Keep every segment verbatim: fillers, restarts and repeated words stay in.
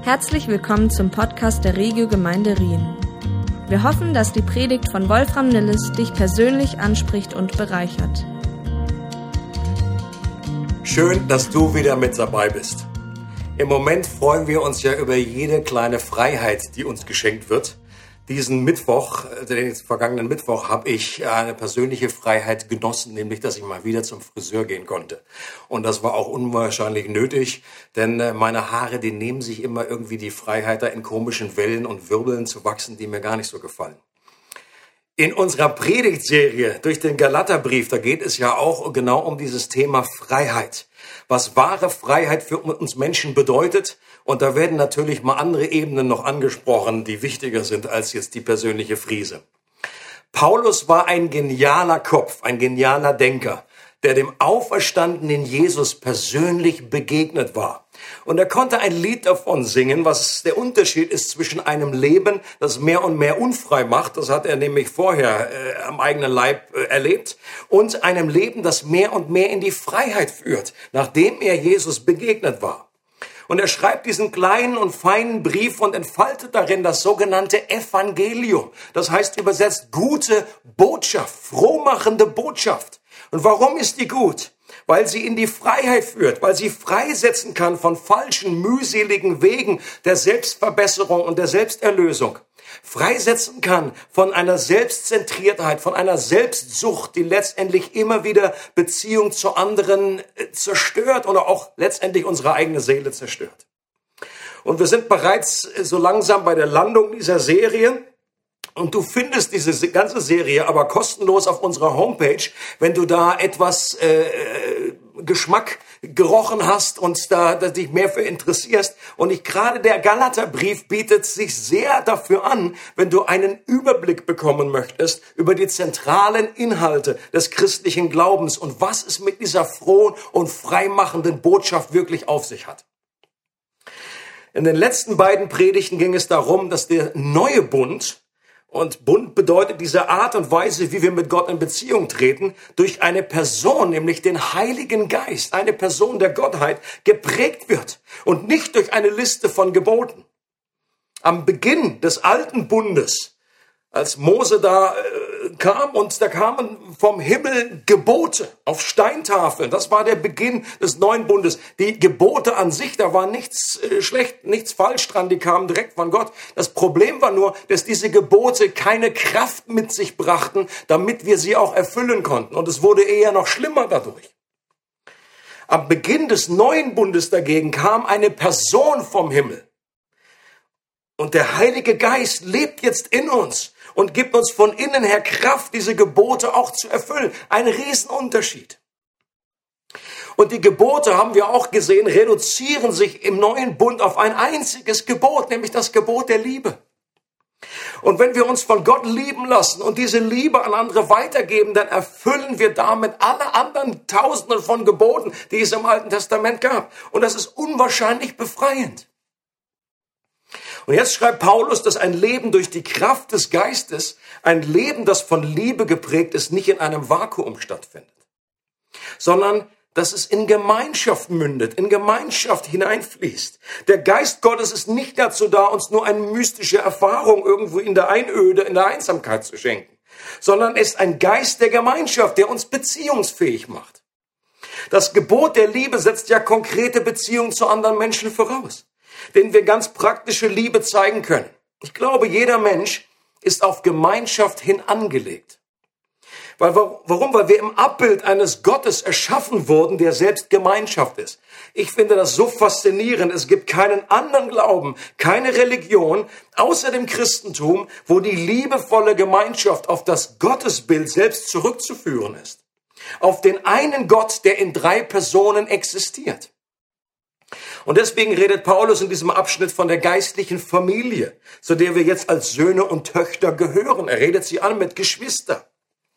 Herzlich willkommen zum Podcast der Regio Gemeinde Rien. Wir hoffen, dass die Predigt von Wolfram Nilles dich persönlich anspricht und bereichert. Schön, dass du wieder mit dabei bist. Im Moment freuen wir uns ja über jede kleine Freiheit, die uns geschenkt wird. Diesen Mittwoch, den vergangenen Mittwoch, habe ich eine persönliche Freiheit genossen, nämlich, dass ich mal wieder zum Friseur gehen konnte. Und das war auch unwahrscheinlich nötig, denn meine Haare, die nehmen sich immer irgendwie die Freiheit, da in komischen Wellen und Wirbeln zu wachsen, die mir gar nicht so gefallen. In unserer Predigtserie durch den Galaterbrief, da geht es ja auch genau um dieses Thema Freiheit. Was wahre Freiheit für uns Menschen bedeutet. Und da werden natürlich mal andere Ebenen noch angesprochen, die wichtiger sind als jetzt die persönliche Friese. Paulus war ein genialer Kopf, ein genialer Denker, der dem auferstandenen Jesus persönlich begegnet war. Und er konnte ein Lied davon singen, was der Unterschied ist zwischen einem Leben, das mehr und mehr unfrei macht, das hat er nämlich vorher äh, am eigenen Leib äh, erlebt, und einem Leben, das mehr und mehr in die Freiheit führt, nachdem er Jesus begegnet war. Und er schreibt diesen kleinen und feinen Brief und entfaltet darin das sogenannte Evangelium. Das heißt übersetzt gute Botschaft, frohmachende Botschaft. Und warum ist die gut? Weil sie in die Freiheit führt, weil sie freisetzen kann von falschen, mühseligen Wegen der Selbstverbesserung und der Selbsterlösung. Freisetzen kann von einer Selbstzentriertheit, von einer Selbstsucht, die letztendlich immer wieder Beziehung zu anderen zerstört oder auch letztendlich unsere eigene Seele zerstört. Und wir sind bereits so langsam bei der Landung dieser Serie. Und du findest diese ganze Serie aber kostenlos auf unserer Homepage, wenn du da etwas äh, Geschmack gerochen hast und da, da dich mehr für interessierst. Und ich, gerade der Galaterbrief bietet sich sehr dafür an, wenn du einen Überblick bekommen möchtest über die zentralen Inhalte des christlichen Glaubens und was es mit dieser frohen und freimachenden Botschaft wirklich auf sich hat. In den letzten beiden Predigten ging es darum, dass der neue Bund, und Bund bedeutet diese Art und Weise, wie wir mit Gott in Beziehung treten, durch eine Person, nämlich den Heiligen Geist, eine Person der Gottheit, geprägt wird und nicht durch eine Liste von Geboten. Am Beginn des alten Bundes, als Mose da äh, kam und da kamen vom Himmel Gebote auf Steintafeln. Das war der Beginn des neuen Bundes. Die Gebote an sich, da war nichts äh, schlecht, nichts falsch dran, die kamen direkt von Gott. Das Problem war nur, dass diese Gebote keine Kraft mit sich brachten, damit wir sie auch erfüllen konnten. Und es wurde eher noch schlimmer dadurch. Am Beginn des neuen Bundes dagegen kam eine Person vom Himmel. Und der Heilige Geist lebt jetzt in uns und gibt uns von innen her Kraft, diese Gebote auch zu erfüllen. Ein Riesenunterschied. Und die Gebote, haben wir auch gesehen, reduzieren sich im neuen Bund auf ein einziges Gebot, nämlich das Gebot der Liebe. Und wenn wir uns von Gott lieben lassen und diese Liebe an andere weitergeben, dann erfüllen wir damit alle anderen Tausenden von Geboten, die es im Alten Testament gab. Und das ist unwahrscheinlich befreiend. Und jetzt schreibt Paulus, dass ein Leben durch die Kraft des Geistes, ein Leben, das von Liebe geprägt ist, nicht in einem Vakuum stattfindet, sondern dass es in Gemeinschaft mündet, in Gemeinschaft hineinfließt. Der Geist Gottes ist nicht dazu da, uns nur eine mystische Erfahrung irgendwo in der Einöde, in der Einsamkeit zu schenken, sondern ist ein Geist der Gemeinschaft, der uns beziehungsfähig macht. Das Gebot der Liebe setzt ja konkrete Beziehungen zu anderen Menschen voraus, denen wir ganz praktische Liebe zeigen können. Ich glaube, jeder Mensch ist auf Gemeinschaft hin angelegt. Weil, warum? Weil wir im Abbild eines Gottes erschaffen wurden, der selbst Gemeinschaft ist. Ich finde das so faszinierend. Es gibt keinen anderen Glauben, keine Religion, außer dem Christentum, wo die liebevolle Gemeinschaft auf das Gottesbild selbst zurückzuführen ist. Auf den einen Gott, der in drei Personen existiert. Und deswegen redet Paulus in diesem Abschnitt von der geistlichen Familie, zu der wir jetzt als Söhne und Töchter gehören. Er redet sie an mit Geschwister.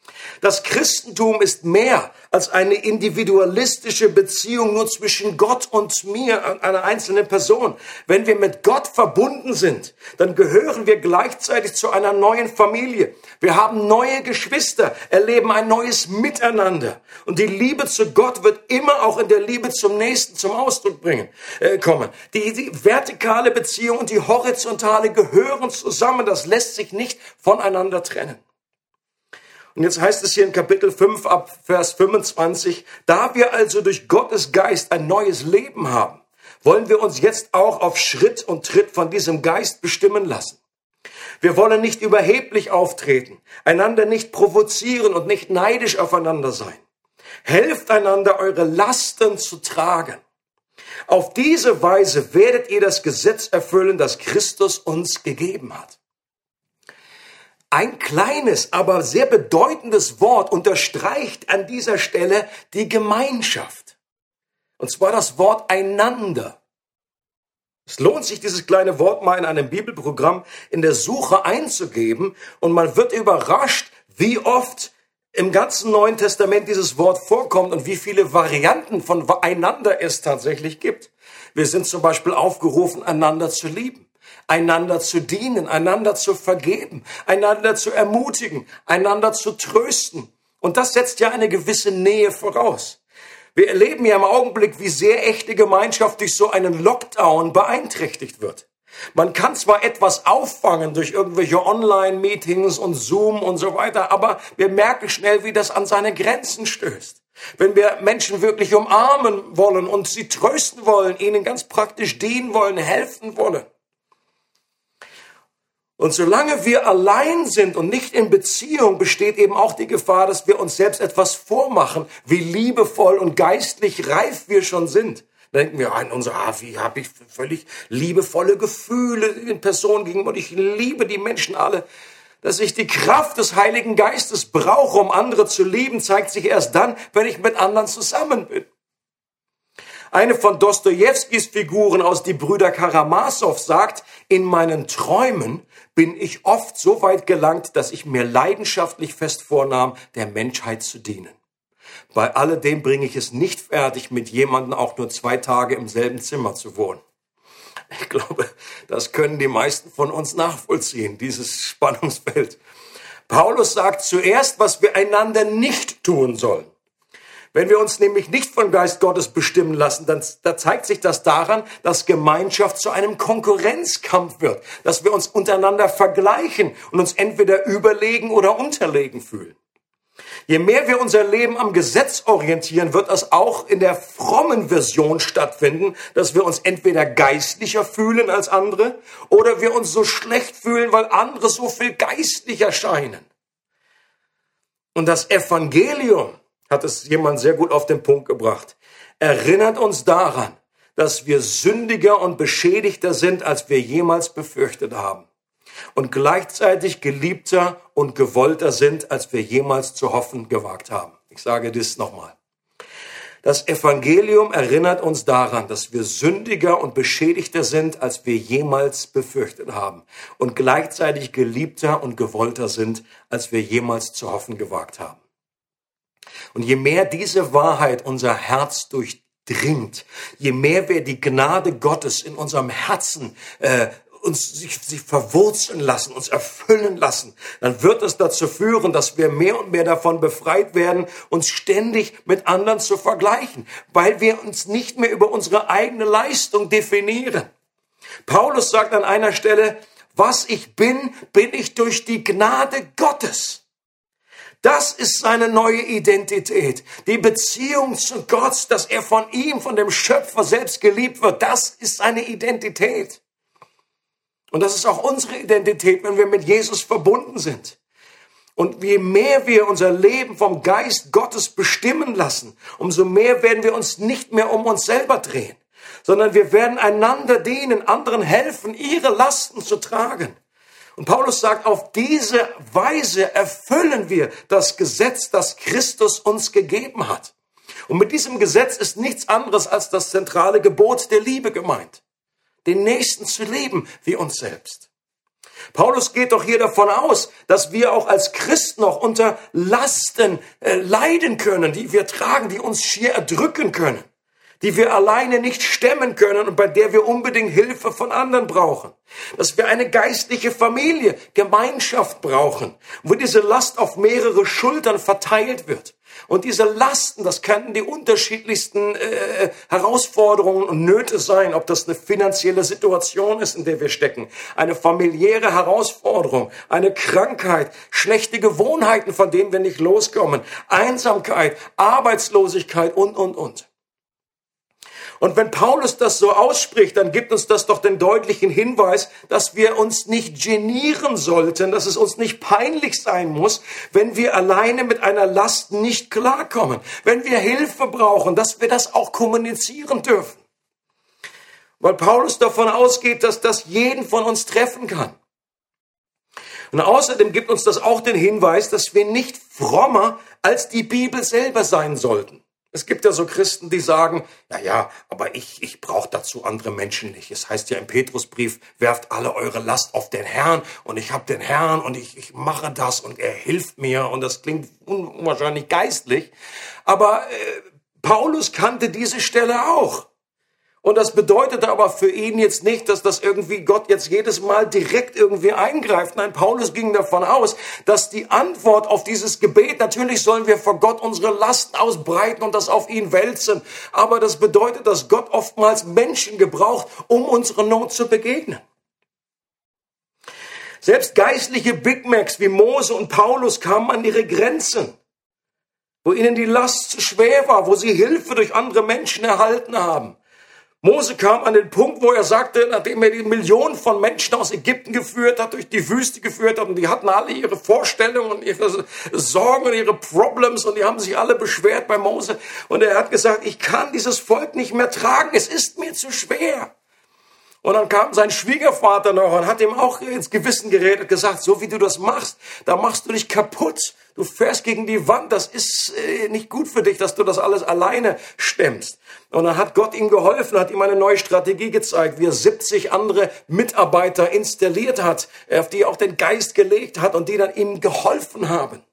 Das Christentum ist mehr als eine individualistische Beziehung nur zwischen Gott und mir, einer einzelnen Person. Wenn wir mit Gott verbunden sind, dann gehören wir gleichzeitig zu einer neuen Familie. Wir haben neue Geschwister, erleben ein neues Miteinander. Und die Liebe zu Gott wird immer auch in der Liebe zum Nächsten zum Ausdruck bringen, äh, kommen. Die, die vertikale Beziehung und die horizontale gehören zusammen. Das lässt sich nicht voneinander trennen. Und jetzt heißt es hier in Kapitel fünf ab Vers fünfundzwanzig, da wir also durch Gottes Geist ein neues Leben haben, wollen wir uns jetzt auch auf Schritt und Tritt von diesem Geist bestimmen lassen. Wir wollen nicht überheblich auftreten, einander nicht provozieren und nicht neidisch aufeinander sein. Helft einander, eure Lasten zu tragen. Auf diese Weise werdet ihr das Gesetz erfüllen, das Christus uns gegeben hat. Ein kleines, aber sehr bedeutendes Wort unterstreicht an dieser Stelle die Gemeinschaft. Und zwar das Wort einander. Es lohnt sich, dieses kleine Wort mal in einem Bibelprogramm in der Suche einzugeben und man wird überrascht, wie oft im ganzen Neuen Testament dieses Wort vorkommt und wie viele Varianten von einander es tatsächlich gibt. Wir sind zum Beispiel aufgerufen, einander zu lieben, einander zu dienen, einander zu vergeben, einander zu ermutigen, einander zu trösten. Und das setzt ja eine gewisse Nähe voraus. Wir erleben ja im Augenblick, wie sehr echte Gemeinschaft durch so einen Lockdown beeinträchtigt wird. Man kann zwar etwas auffangen durch irgendwelche Online-Meetings und Zoom und so weiter, aber wir merken schnell, wie das an seine Grenzen stößt. Wenn wir Menschen wirklich umarmen wollen und sie trösten wollen, ihnen ganz praktisch dienen wollen, helfen wollen. Und solange wir allein sind und nicht in Beziehung, besteht eben auch die Gefahr, dass wir uns selbst etwas vormachen, wie liebevoll und geistlich reif wir schon sind. Da denken wir, in unserer ah, wie habe ich völlig liebevolle Gefühle den Personen gegenüber und ich liebe die Menschen alle. Dass ich die Kraft des Heiligen Geistes brauche, um andere zu lieben, zeigt sich erst dann, wenn ich mit anderen zusammen bin. Eine von Dostojewskis Figuren aus Die Brüder Karamasow sagt, in meinen Träumen bin ich oft so weit gelangt, dass ich mir leidenschaftlich fest vornahm, der Menschheit zu dienen. Bei alledem bringe ich es nicht fertig, mit jemandem auch nur zwei Tage im selben Zimmer zu wohnen. Ich glaube, das können die meisten von uns nachvollziehen, dieses Spannungsfeld. Paulus sagt zuerst, was wir einander nicht tun sollen. Wenn wir uns nämlich nicht vom Geist Gottes bestimmen lassen, dann da zeigt sich das daran, dass Gemeinschaft zu einem Konkurrenzkampf wird, dass wir uns untereinander vergleichen und uns entweder überlegen oder unterlegen fühlen. Je mehr wir unser Leben am Gesetz orientieren, wird das auch in der frommen Version stattfinden, dass wir uns entweder geistlicher fühlen als andere oder wir uns so schlecht fühlen, weil andere so viel geistlicher scheinen. Und das Evangelium, hat es jemand sehr gut auf den Punkt gebracht, erinnert uns daran, dass wir sündiger und beschädigter sind, als wir jemals befürchtet haben. Und gleichzeitig geliebter und gewollter sind, als wir jemals zu hoffen gewagt haben. Ich sage das nochmal. Das Evangelium erinnert uns daran, dass wir sündiger und beschädigter sind, als wir jemals befürchtet haben. Und gleichzeitig geliebter und gewollter sind, als wir jemals zu hoffen gewagt haben. Und je mehr diese Wahrheit unser Herz durchdringt, je mehr wir die Gnade Gottes in unserem Herzen äh, uns sich, sich verwurzeln lassen, uns erfüllen lassen, dann wird es dazu führen, dass wir mehr und mehr davon befreit werden, uns ständig mit anderen zu vergleichen, weil wir uns nicht mehr über unsere eigene Leistung definieren. Paulus sagt an einer Stelle, was ich bin, bin ich durch die Gnade Gottes. Das ist seine neue Identität. Die Beziehung zu Gott, dass er von ihm, von dem Schöpfer selbst geliebt wird, das ist seine Identität. Und das ist auch unsere Identität, wenn wir mit Jesus verbunden sind. Und je mehr wir unser Leben vom Geist Gottes bestimmen lassen, umso mehr werden wir uns nicht mehr um uns selber drehen, sondern wir werden einander dienen, anderen helfen, ihre Lasten zu tragen. Und Paulus sagt, auf diese Weise erfüllen wir das Gesetz, das Christus uns gegeben hat. Und mit diesem Gesetz ist nichts anderes als das zentrale Gebot der Liebe gemeint. Den Nächsten zu lieben wie uns selbst. Paulus geht doch hier davon aus, dass wir auch als Christen noch unter Lasten äh, leiden können, die wir tragen, die uns schier erdrücken können, die wir alleine nicht stemmen können und bei der wir unbedingt Hilfe von anderen brauchen. Dass wir eine geistliche Familie, Gemeinschaft brauchen, wo diese Last auf mehrere Schultern verteilt wird. Und diese Lasten, das können die unterschiedlichsten äh, Herausforderungen und Nöte sein, ob das eine finanzielle Situation ist, in der wir stecken, eine familiäre Herausforderung, eine Krankheit, schlechte Gewohnheiten, von denen wir nicht loskommen, Einsamkeit, Arbeitslosigkeit und, und, und. Und wenn Paulus das so ausspricht, dann gibt uns das doch den deutlichen Hinweis, dass wir uns nicht genieren sollten, dass es uns nicht peinlich sein muss, wenn wir alleine mit einer Last nicht klarkommen, wenn wir Hilfe brauchen, dass wir das auch kommunizieren dürfen. Weil Paulus davon ausgeht, dass das jeden von uns treffen kann. Und außerdem gibt uns das auch den Hinweis, dass wir nicht frommer als die Bibel selber sein sollten. Es gibt ja so Christen, die sagen, ja, ja, aber ich, ich brauche dazu andere Menschen nicht. Es heißt ja im Petrusbrief, werft alle eure Last auf den Herrn und ich habe den Herrn und ich, ich mache das und er hilft mir und das klingt unwahrscheinlich geistlich. Aber äh, Paulus kannte diese Stelle auch. Und das bedeutete aber für ihn jetzt nicht, dass das irgendwie Gott jetzt jedes Mal direkt irgendwie eingreift. Nein, Paulus ging davon aus, dass die Antwort auf dieses Gebet, natürlich sollen wir vor Gott unsere Lasten ausbreiten und das auf ihn wälzen. Aber das bedeutet, dass Gott oftmals Menschen gebraucht, um unsere Not zu begegnen. Selbst geistliche Big Macs wie Mose und Paulus kamen an ihre Grenzen, wo ihnen die Last zu schwer war, wo sie Hilfe durch andere Menschen erhalten haben. Mose kam an den Punkt, wo er sagte, nachdem er die Millionen von Menschen aus Ägypten geführt hat, durch die Wüste geführt hat, und die hatten alle ihre Vorstellungen und ihre Sorgen und ihre Problems und die haben sich alle beschwert bei Mose. Und er hat gesagt, ich kann dieses Volk nicht mehr tragen, es ist mir zu schwer. Und dann kam sein Schwiegervater noch und hat ihm auch ins Gewissen geredet und gesagt, so wie du das machst, da machst du dich kaputt. Du fährst gegen die Wand, das ist äh, nicht gut für dich, dass du das alles alleine stemmst. Und dann hat Gott ihm geholfen, hat ihm eine neue Strategie gezeigt, wie er siebzig andere Mitarbeiter installiert hat, auf die er auch den Geist gelegt hat und die dann ihm geholfen haben.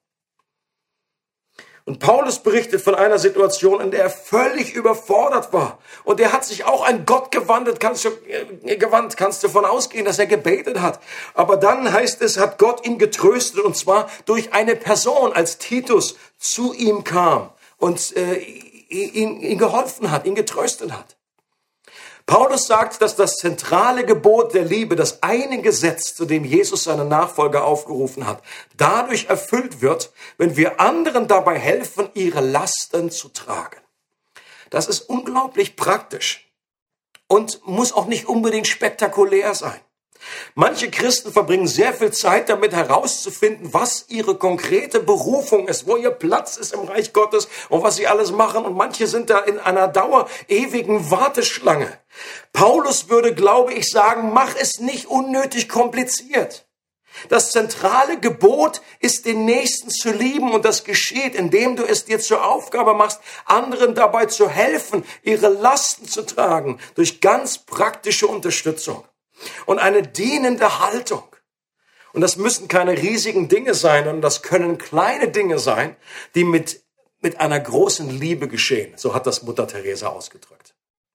Und Paulus berichtet von einer Situation, in der er völlig überfordert war. Und er hat sich auch an Gott gewandt, kannst du, äh, gewandt, kannst du davon ausgehen, dass er gebetet hat. Aber dann heißt es, hat Gott ihn getröstet, und zwar durch eine Person, als Titus zu ihm kam und äh, ihn, ihn geholfen hat, ihn getröstet hat. Paulus sagt, dass das zentrale Gebot der Liebe, das eine Gesetz, zu dem Jesus seine Nachfolger aufgerufen hat, dadurch erfüllt wird, wenn wir anderen dabei helfen, ihre Lasten zu tragen. Das ist unglaublich praktisch und muss auch nicht unbedingt spektakulär sein. Manche Christen verbringen sehr viel Zeit damit herauszufinden, was ihre konkrete Berufung ist, wo ihr Platz ist im Reich Gottes und was sie alles machen. Und manche sind da in einer dauer ewigen Warteschlange. Paulus würde, glaube ich, sagen, mach es nicht unnötig kompliziert. Das zentrale Gebot ist, den Nächsten zu lieben, und das geschieht, indem du es dir zur Aufgabe machst, anderen dabei zu helfen, ihre Lasten zu tragen, durch ganz praktische Unterstützung. Und eine dienende Haltung. Und das müssen keine riesigen Dinge sein, sondern das können kleine Dinge sein, die mit, mit einer großen Liebe geschehen. So hat das Mutter Teresa ausgedrückt.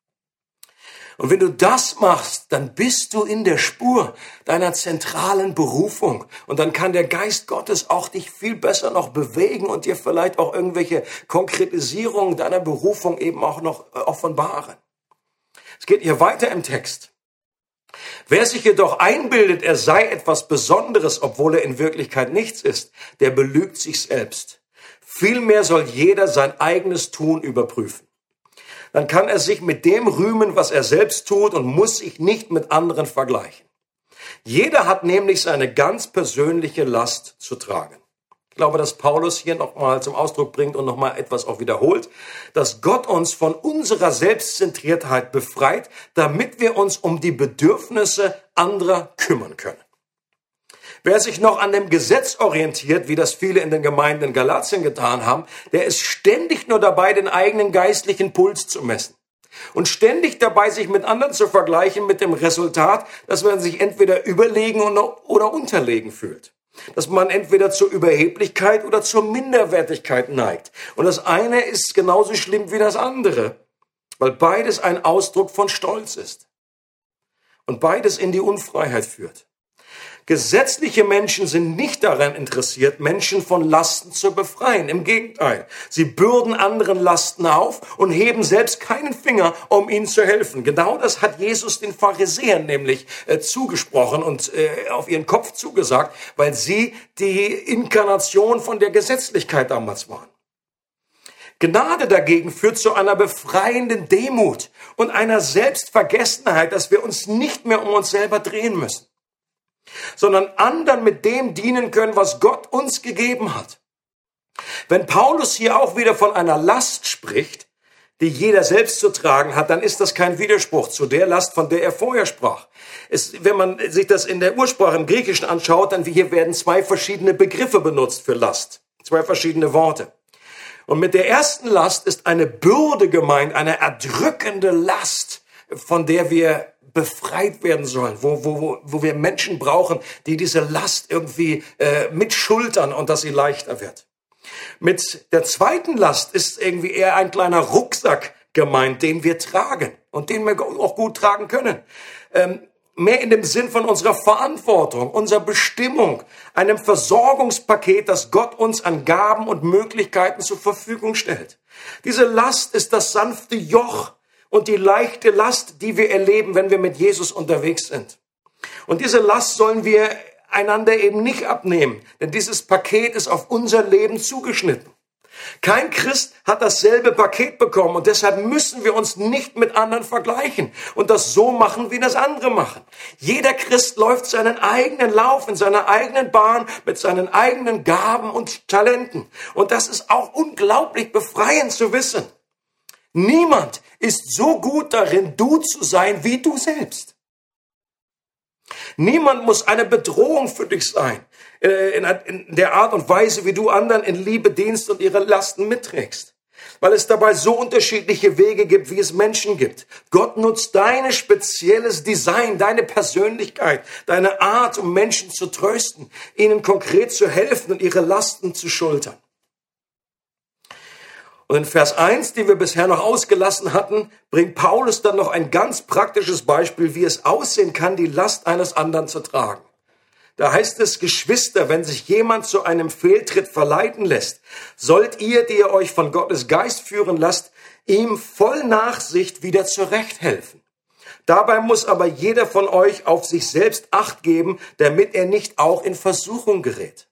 Und wenn du das machst, dann bist du in der Spur deiner zentralen Berufung. Und dann kann der Geist Gottes auch dich viel besser noch bewegen und dir vielleicht auch irgendwelche Konkretisierungen deiner Berufung eben auch noch offenbaren. Es geht hier weiter im Text. Wer sich jedoch einbildet, er sei etwas Besonderes, obwohl er in Wirklichkeit nichts ist, der belügt sich selbst. Vielmehr soll jeder sein eigenes Tun überprüfen. Dann kann er sich mit dem rühmen, was er selbst tut, und muss sich nicht mit anderen vergleichen. Jeder hat nämlich seine ganz persönliche Last zu tragen. Ich glaube, dass Paulus hier nochmal zum Ausdruck bringt und nochmal etwas auch wiederholt, dass Gott uns von unserer Selbstzentriertheit befreit, damit wir uns um die Bedürfnisse anderer kümmern können. Wer sich noch an dem Gesetz orientiert, wie das viele in den Gemeinden in Galatien getan haben, der ist ständig nur dabei, den eigenen geistlichen Puls zu messen. Und ständig dabei, sich mit anderen zu vergleichen, mit dem Resultat, dass man sich entweder überlegen oder unterlegen fühlt. Dass man entweder zur Überheblichkeit oder zur Minderwertigkeit neigt. Und das eine ist genauso schlimm wie das andere, weil beides ein Ausdruck von Stolz ist. Und beides in die Unfreiheit führt. Gesetzliche Menschen sind nicht daran interessiert, Menschen von Lasten zu befreien. Im Gegenteil, sie bürden anderen Lasten auf und heben selbst keinen Finger, um ihnen zu helfen. Genau das hat Jesus den Pharisäern nämlich äh, zugesprochen und äh, auf ihren Kopf zugesagt, weil sie die Inkarnation von der Gesetzlichkeit damals waren. Gnade dagegen führt zu einer befreienden Demut und einer Selbstvergessenheit, dass wir uns nicht mehr um uns selber drehen müssen, sondern anderen mit dem dienen können, was Gott uns gegeben hat. Wenn Paulus hier auch wieder von einer Last spricht, die jeder selbst zu tragen hat, dann ist das kein Widerspruch zu der Last, von der er vorher sprach. Es, wenn man sich das in der Ursprache im Griechischen anschaut, dann hier werden zwei verschiedene Begriffe benutzt für Last, zwei verschiedene Worte. Und mit der ersten Last ist eine Bürde gemeint, eine erdrückende Last, von der wir befreit werden sollen, wo, wo, wo wir Menschen brauchen, die diese Last irgendwie äh, mitschultern und dass sie leichter wird. Mit der zweiten Last ist irgendwie eher ein kleiner Rucksack gemeint, den wir tragen und den wir auch gut tragen können. Ähm, mehr in dem Sinn von unserer Verantwortung, unserer Bestimmung, einem Versorgungspaket, das Gott uns an Gaben und Möglichkeiten zur Verfügung stellt. Diese Last ist das sanfte Joch und die leichte Last, die wir erleben, wenn wir mit Jesus unterwegs sind. Und diese Last sollen wir einander eben nicht abnehmen, denn dieses Paket ist auf unser Leben zugeschnitten. Kein Christ hat dasselbe Paket bekommen und deshalb müssen wir uns nicht mit anderen vergleichen und das so machen, wie das andere machen. Jeder Christ läuft seinen eigenen Lauf in seiner eigenen Bahn mit seinen eigenen Gaben und Talenten. Und das ist auch unglaublich befreiend zu wissen. Niemand ist so gut darin, du zu sein, wie du selbst. Niemand muss eine Bedrohung für dich sein, in der Art und Weise, wie du anderen in Liebe dienst und ihre Lasten mitträgst. Weil es dabei so unterschiedliche Wege gibt, wie es Menschen gibt. Gott nutzt dein spezielles Design, deine Persönlichkeit, deine Art, um Menschen zu trösten, ihnen konkret zu helfen und ihre Lasten zu schultern. Und in Vers eins, den wir bisher noch ausgelassen hatten, bringt Paulus dann noch ein ganz praktisches Beispiel, wie es aussehen kann, die Last eines anderen zu tragen. Da heißt es, Geschwister, wenn sich jemand zu einem Fehltritt verleiten lässt, sollt ihr, die ihr euch von Gottes Geist führen lasst, ihm voll Nachsicht wieder zurechthelfen. Dabei muss aber jeder von euch auf sich selbst Acht geben, damit er nicht auch in Versuchung gerät.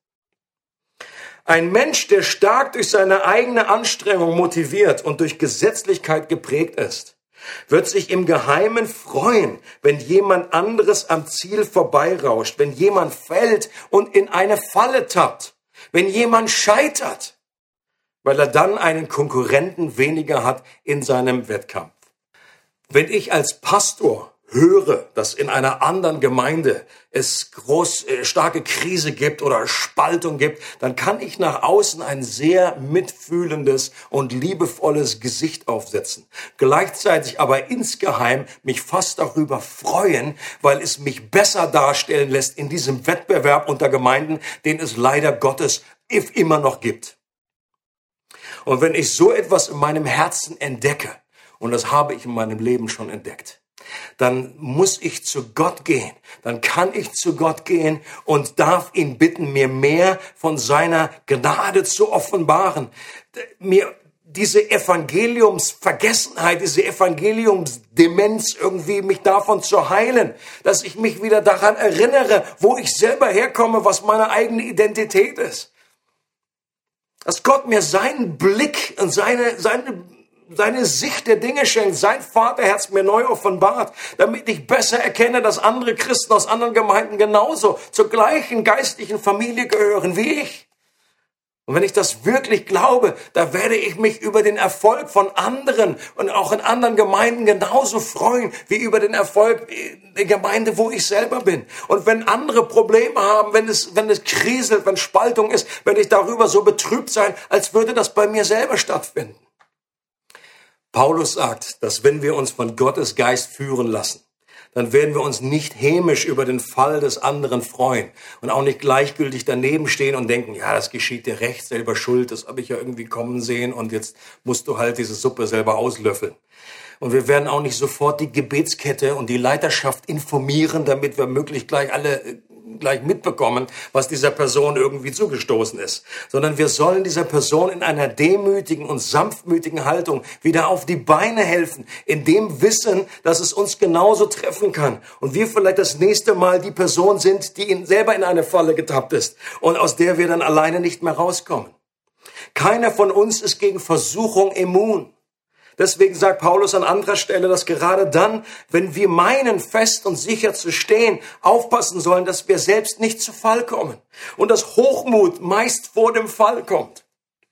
Ein Mensch, der stark durch seine eigene Anstrengung motiviert und durch Gesetzlichkeit geprägt ist, wird sich im Geheimen freuen, wenn jemand anderes am Ziel vorbeirauscht, wenn jemand fällt und in eine Falle tappt, wenn jemand scheitert, weil er dann einen Konkurrenten weniger hat in seinem Wettkampf. Wenn ich als Pastor höre, dass in einer anderen Gemeinde es groß, äh, starke Krise gibt oder Spaltung gibt, dann kann ich nach außen ein sehr mitfühlendes und liebevolles Gesicht aufsetzen. Gleichzeitig aber insgeheim mich fast darüber freuen, weil es mich besser darstellen lässt in diesem Wettbewerb unter Gemeinden, den es leider Gottes immer noch gibt. Und wenn ich so etwas in meinem Herzen entdecke, und das habe ich in meinem Leben schon entdeckt, dann muss ich zu Gott gehen. Dann kann ich zu Gott gehen und darf ihn bitten, mir mehr von seiner Gnade zu offenbaren. Mir diese Evangeliumsvergessenheit, diese Evangeliumsdemenz irgendwie mich davon zu heilen, dass ich mich wieder daran erinnere, wo ich selber herkomme, was meine eigene Identität ist. Dass Gott mir seinen Blick und seine, seine seine Sicht der Dinge schenkt, sein Vaterherz mir neu offenbart, damit ich besser erkenne, dass andere Christen aus anderen Gemeinden genauso zur gleichen geistlichen Familie gehören wie ich. Und wenn ich das wirklich glaube, da werde ich mich über den Erfolg von anderen und auch in anderen Gemeinden genauso freuen, wie über den Erfolg der Gemeinde, wo ich selber bin. Und wenn andere Probleme haben, wenn es, wenn es kriselt, wenn Spaltung ist, werde ich darüber so betrübt sein, als würde das bei mir selber stattfinden. Paulus sagt, dass wenn wir uns von Gottes Geist führen lassen, dann werden wir uns nicht hämisch über den Fall des anderen freuen und auch nicht gleichgültig daneben stehen und denken, ja, das geschieht dir recht, selber schuld, das habe ich ja irgendwie kommen sehen und jetzt musst du halt diese Suppe selber auslöffeln. Und wir werden auch nicht sofort die Gebetskette und die Leiterschaft informieren, damit wir möglichst gleich alle gleich mitbekommen, was dieser Person irgendwie zugestoßen ist, sondern wir sollen dieser Person in einer demütigen und sanftmütigen Haltung wieder auf die Beine helfen, in dem Wissen, dass es uns genauso treffen kann und wir vielleicht das nächste Mal die Person sind, die in, selber in eine Falle getappt ist und aus der wir dann alleine nicht mehr rauskommen. Keiner von uns ist gegen Versuchung immun. Deswegen sagt Paulus an anderer Stelle, dass gerade dann, wenn wir meinen, fest und sicher zu stehen, aufpassen sollen, dass wir selbst nicht zu Fall kommen und dass Hochmut meist vor dem Fall kommt.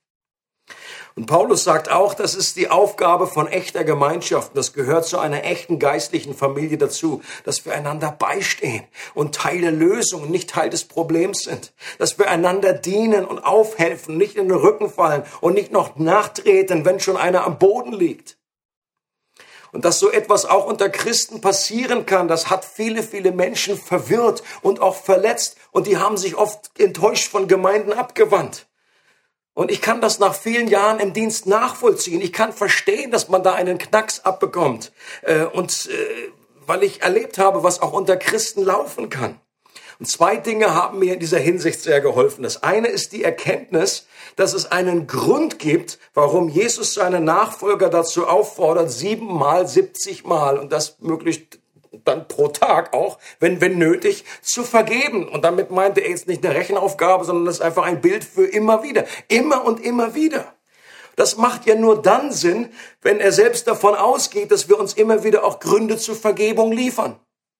Und Paulus sagt auch, das ist die Aufgabe von echter Gemeinschaft. Das gehört zu einer echten geistlichen Familie dazu, dass wir einander beistehen und Teil der Lösung, nicht Teil des Problems sind. Dass wir einander dienen und aufhelfen, nicht in den Rücken fallen und nicht noch nachtreten, wenn schon einer am Boden liegt. Und dass so etwas auch unter Christen passieren kann, das hat viele, viele Menschen verwirrt und auch verletzt. Und die haben sich oft enttäuscht von Gemeinden abgewandt. Und ich kann das nach vielen Jahren im Dienst nachvollziehen. Ich kann verstehen, dass man da einen Knacks abbekommt. Und weil ich erlebt habe, was auch unter Christen laufen kann. Und zwei Dinge haben mir in dieser Hinsicht sehr geholfen. Das eine ist die Erkenntnis, dass es einen Grund gibt, warum Jesus seine Nachfolger dazu auffordert, siebenmal, siebzigmal und das möglichst dann pro Tag auch, wenn, wenn nötig, zu vergeben. Und damit meinte er jetzt nicht eine Rechenaufgabe, sondern das ist einfach ein Bild für immer wieder. Immer und immer wieder. Das macht ja nur dann Sinn, wenn er selbst davon ausgeht, dass wir uns immer wieder auch Gründe zur Vergebung liefern.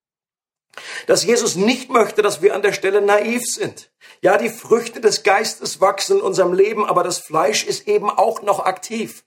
Dass Jesus nicht möchte, dass wir an der Stelle naiv sind. Ja, die Früchte des Geistes wachsen in unserem Leben, aber das Fleisch ist eben auch noch aktiv.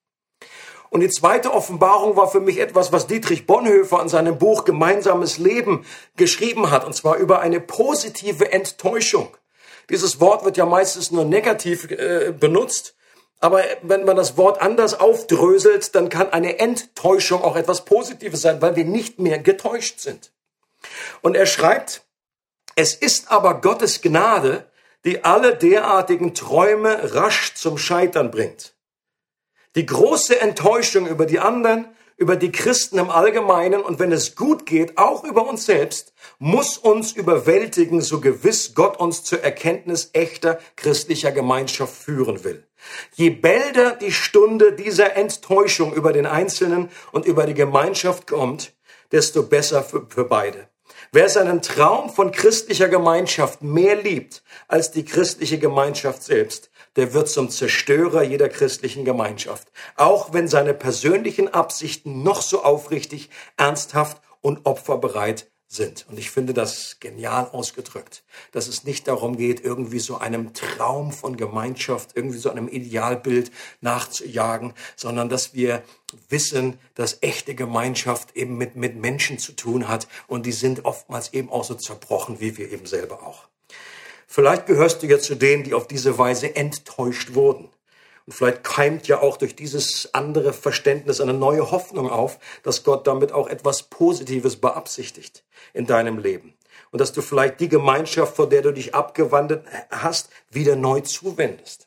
Und die zweite Offenbarung war für mich etwas, was Dietrich Bonhoeffer in seinem Buch Gemeinsames Leben geschrieben hat, und zwar über eine positive Enttäuschung. Dieses Wort wird ja meistens nur negativ äh, benutzt, aber wenn man das Wort anders aufdröselt, dann kann eine Enttäuschung auch etwas Positives sein, weil wir nicht mehr getäuscht sind. Und er schreibt, es ist aber Gottes Gnade, die alle derartigen Träume rasch zum Scheitern bringt. Die große Enttäuschung über die anderen, über die Christen im Allgemeinen und wenn es gut geht, auch über uns selbst, muss uns überwältigen, so gewiss Gott uns zur Erkenntnis echter christlicher Gemeinschaft führen will. Je bälder die Stunde dieser Enttäuschung über den Einzelnen und über die Gemeinschaft kommt, desto besser für, für beide. Wer seinen Traum von christlicher Gemeinschaft mehr liebt als die christliche Gemeinschaft selbst, der wird zum Zerstörer jeder christlichen Gemeinschaft. Auch wenn seine persönlichen Absichten noch so aufrichtig, ernsthaft und opferbereit sind. Und ich finde das genial ausgedrückt, dass es nicht darum geht, irgendwie so einem Traum von Gemeinschaft, irgendwie so einem Idealbild nachzujagen, sondern dass wir wissen, dass echte Gemeinschaft eben mit, mit Menschen zu tun hat und die sind oftmals eben auch so zerbrochen, wie wir eben selber auch. Vielleicht gehörst du ja zu denen, die auf diese Weise enttäuscht wurden. Und vielleicht keimt ja auch durch dieses andere Verständnis eine neue Hoffnung auf, dass Gott damit auch etwas Positives beabsichtigt in deinem Leben. Und dass du vielleicht die Gemeinschaft, vor der du dich abgewandt hast, wieder neu zuwendest.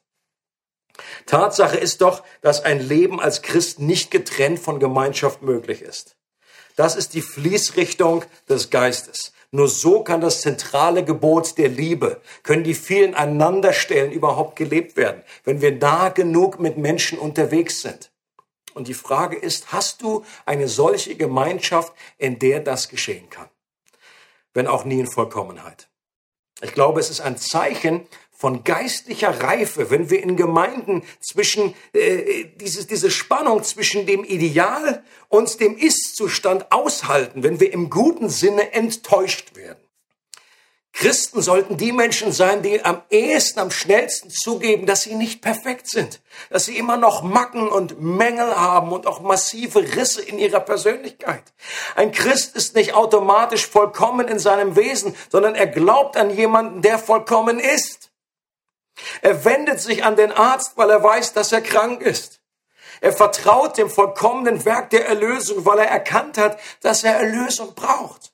Tatsache ist doch, dass ein Leben als Christ nicht getrennt von Gemeinschaft möglich ist. Das ist die Fließrichtung des Geistes. Nur so kann das zentrale Gebot der Liebe, können die vielen Aneinanderstellen überhaupt gelebt werden, wenn wir nah genug mit Menschen unterwegs sind. Und die Frage ist, hast du eine solche Gemeinschaft, in der das geschehen kann? Wenn auch nie in Vollkommenheit. Ich glaube, es ist ein Zeichen von geistlicher Reife, wenn wir in Gemeinden zwischen äh, dieses, diese Spannung zwischen dem Ideal und dem Ist-Zustand aushalten, wenn wir im guten Sinne enttäuscht werden. Christen sollten die Menschen sein, die am ehesten, am schnellsten zugeben, dass sie nicht perfekt sind, dass sie immer noch Macken und Mängel haben und auch massive Risse in ihrer Persönlichkeit. Ein Christ ist nicht automatisch vollkommen in seinem Wesen, sondern er glaubt an jemanden, der vollkommen ist. Er wendet sich an den Arzt, weil er weiß, dass er krank ist. Er vertraut dem vollkommenen Werk der Erlösung, weil er erkannt hat, dass er Erlösung braucht.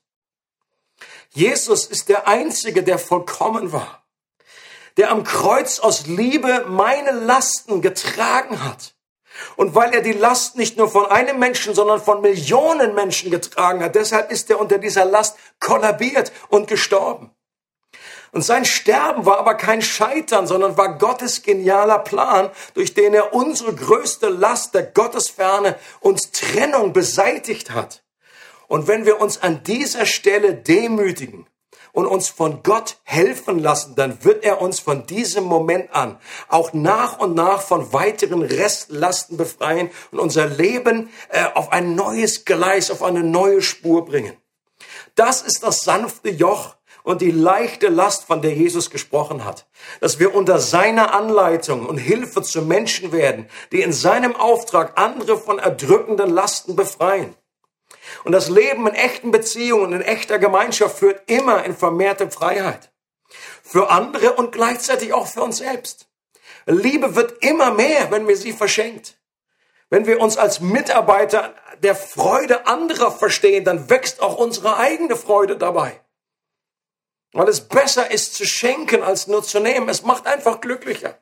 Jesus ist der Einzige, der vollkommen war, der am Kreuz aus Liebe meine Lasten getragen hat. Und weil er die Last nicht nur von einem Menschen, sondern von Millionen Menschen getragen hat, deshalb ist er unter dieser Last kollabiert und gestorben. Und sein Sterben war aber kein Scheitern, sondern war Gottes genialer Plan, durch den er unsere größte Last der Gottesferne und Trennung beseitigt hat. Und wenn wir uns an dieser Stelle demütigen und uns von Gott helfen lassen, dann wird er uns von diesem Moment an auch nach und nach von weiteren Restlasten befreien und unser Leben äh, auf ein neues Gleis, auf eine neue Spur bringen. Das ist das sanfte Joch und die leichte Last, von der Jesus gesprochen hat. Dass wir unter seiner Anleitung und Hilfe zu Menschen werden, die in seinem Auftrag andere von erdrückenden Lasten befreien. Und das Leben in echten Beziehungen, in echter Gemeinschaft führt immer in vermehrte Freiheit. Für andere und gleichzeitig auch für uns selbst. Liebe wird immer mehr, wenn wir sie verschenkt. Wenn wir uns als Mitarbeiter der Freude anderer verstehen, dann wächst auch unsere eigene Freude dabei. Weil es besser ist zu schenken, als nur zu nehmen. Es macht einfach glücklicher.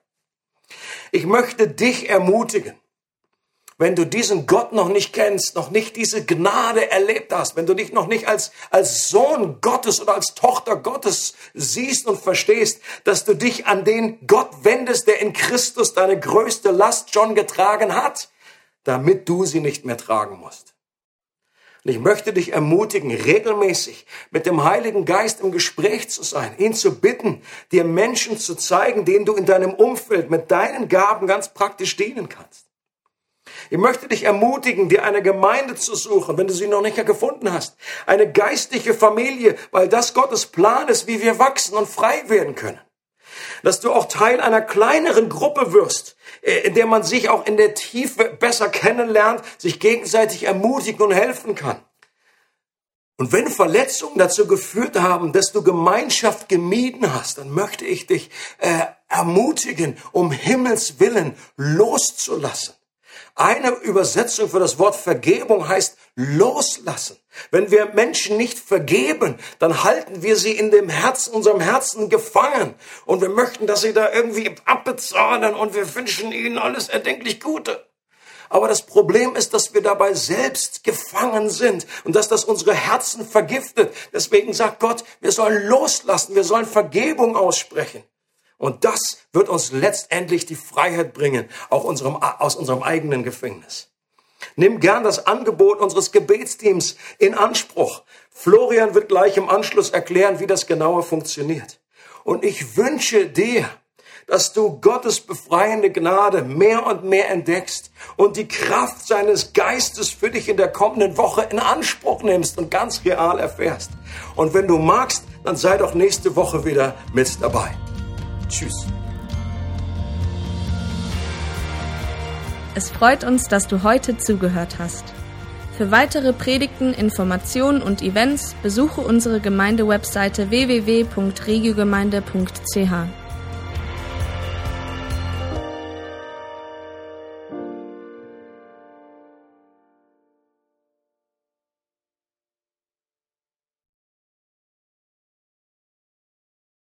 Ich möchte dich ermutigen, wenn du diesen Gott noch nicht kennst, noch nicht diese Gnade erlebt hast, wenn du dich noch nicht als, als Sohn Gottes oder als Tochter Gottes siehst und verstehst, dass du dich an den Gott wendest, der in Christus deine größte Last schon getragen hat, damit du sie nicht mehr tragen musst. Und ich möchte dich ermutigen, regelmäßig mit dem Heiligen Geist im Gespräch zu sein, ihn zu bitten, dir Menschen zu zeigen, denen du in deinem Umfeld mit deinen Gaben ganz praktisch dienen kannst. Ich möchte dich ermutigen, dir eine Gemeinde zu suchen, wenn du sie noch nicht gefunden hast. Eine geistliche Familie, weil das Gottes Plan ist, wie wir wachsen und frei werden können. Dass du auch Teil einer kleineren Gruppe wirst, in der man sich auch in der Tiefe besser kennenlernt, sich gegenseitig ermutigen und helfen kann. Und wenn Verletzungen dazu geführt haben, dass du Gemeinschaft gemieden hast, dann möchte ich dich äh, ermutigen, um Himmels Willen loszulassen. Eine Übersetzung für das Wort Vergebung heißt loslassen. Wenn wir Menschen nicht vergeben, dann halten wir sie in dem Herzen, unserem Herzen gefangen. Und wir möchten, dass sie da irgendwie abbezahlen und wir wünschen ihnen alles erdenklich Gute. Aber das Problem ist, dass wir dabei selbst gefangen sind und dass das unsere Herzen vergiftet. Deswegen sagt Gott, wir sollen loslassen, wir sollen Vergebung aussprechen. Und das wird uns letztendlich die Freiheit bringen, auch unserem, aus unserem eigenen Gefängnis. Nimm gern das Angebot unseres Gebetsteams in Anspruch. Florian wird gleich im Anschluss erklären, wie das genauer funktioniert. Und ich wünsche dir, dass du Gottes befreiende Gnade mehr und mehr entdeckst und die Kraft seines Geistes für dich in der kommenden Woche in Anspruch nimmst und ganz real erfährst. Und wenn du magst, dann sei doch nächste Woche wieder mit dabei. Tschüss. Es freut uns, dass du heute zugehört hast. Für weitere Predigten, Informationen und Events besuche unsere Gemeindewebseite w w w punkt regiogemeinde punkt c h.